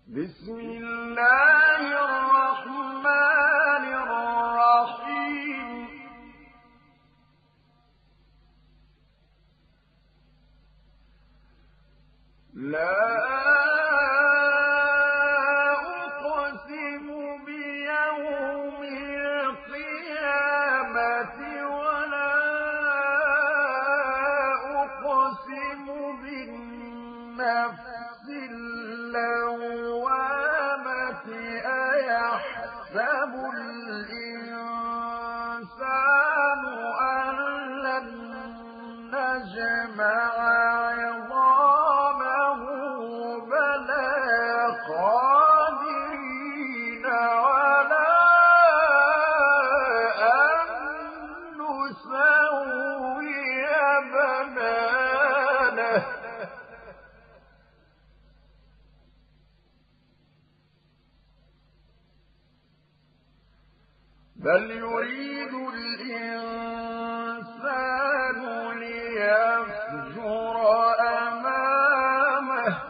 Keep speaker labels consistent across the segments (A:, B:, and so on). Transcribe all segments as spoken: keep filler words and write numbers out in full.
A: بسم الله الرحمن الرحيم لا أقسم بيوم القيامة ولا أقسم بالنفس اللوامة أيحسب الإنسان أن لن نجمع عظامه بلى قادرين على أن نسوي بنانه بل يريد الإنسان ليفجر أمامه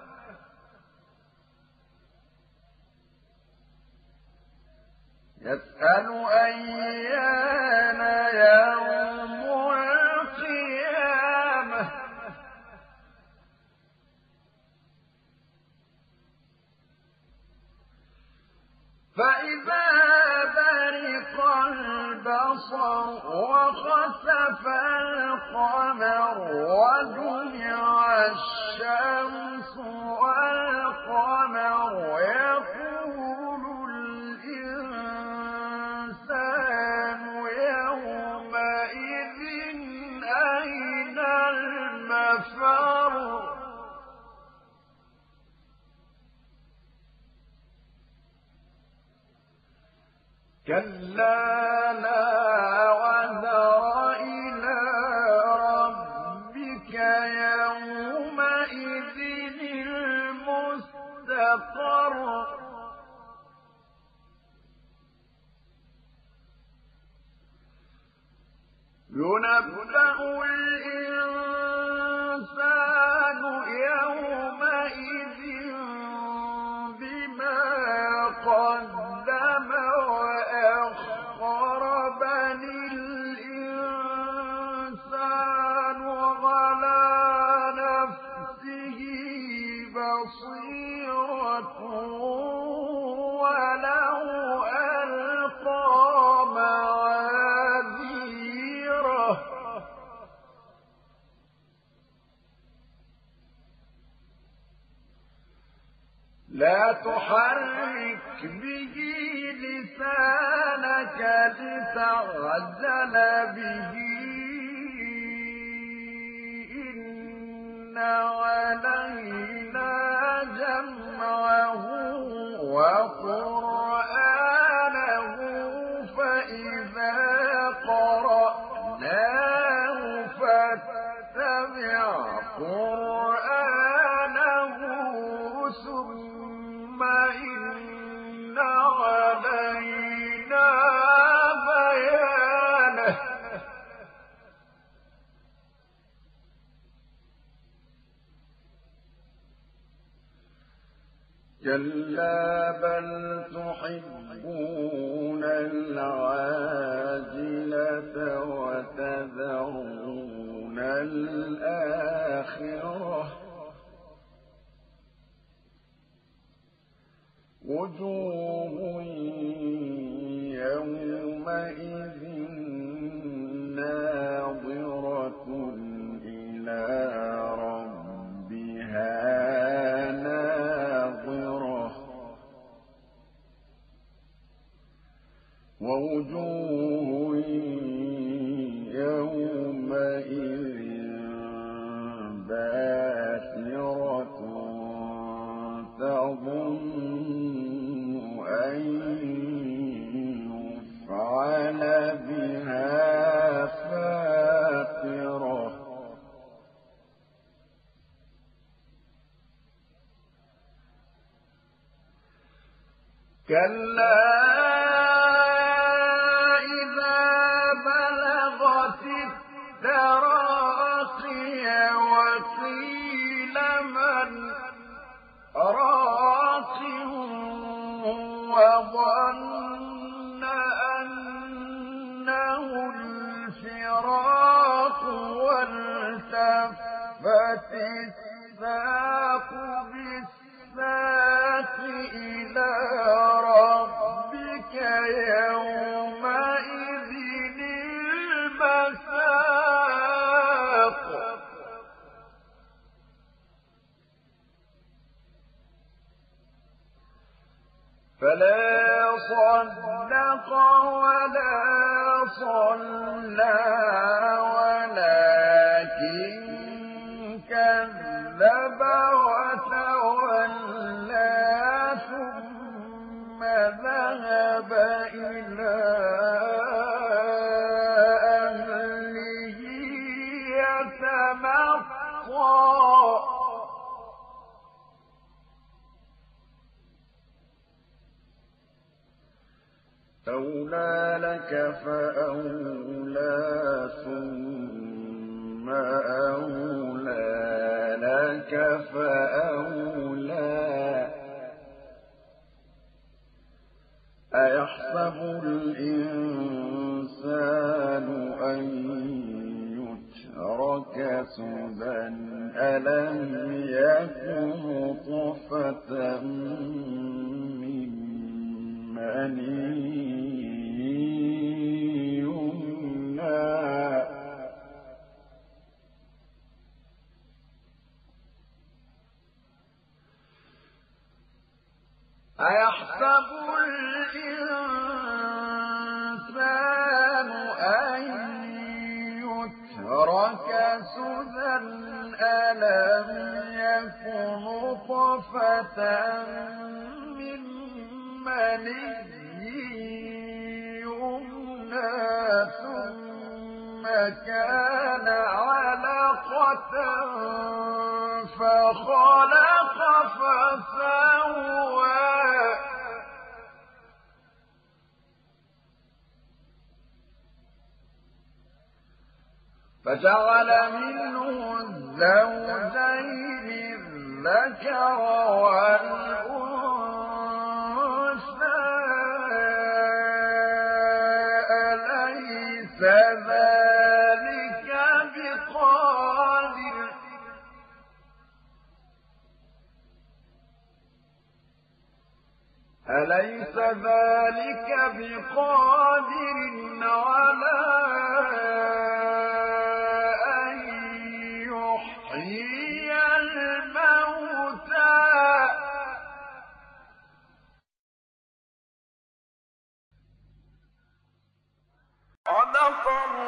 A: يسأل أيان يوم القيامة فإذا برق البصر وخسف القمر وجمع الشمس والقمر يقول الإنسان يومئذ أين المفر كلا لا وزر إلى ربك يومئذ المستقر ينبأ الإنسان يومئذ بما قدم وأخر بل الإنسان على نفسه بصيرة ولو ألقى معاذيره لا تحرك به لسانك لتعجل به إن علينا جمعه وقرآنه فإذا قرأناه فاتبع قرآنه ثم إن علينا بيانه كلا بل تحبون العاجلة وتذرون الآخرة وجوه يومئذ ناظرة إلى ربها ناظرة ووجوه يومئذ باسرة تظن أن يفعل بها فاقرة كلا إذا بلغت التراقي وقيل من راق الساق بالساق إلى ربك يومئذ المساق فلا صدق ولا صلى ولكن كذب وتولى ثم ذهب إلى أهله يتمطى أولى لك فأولى ثم أولى لك فأولى أيحسب الإنسان أن يترك سدى ألم يكن نطفة من مني أيحسب الإنسان أن يترك سدى ألم يكن نطفة من مني يمنى ثم كان علقة فخلق فسوى فجعل منه الزوجين الذكر والأنثى أليس ذلك بقادر أليس ذلك بقادر على أن يحيي الموتى صدق الله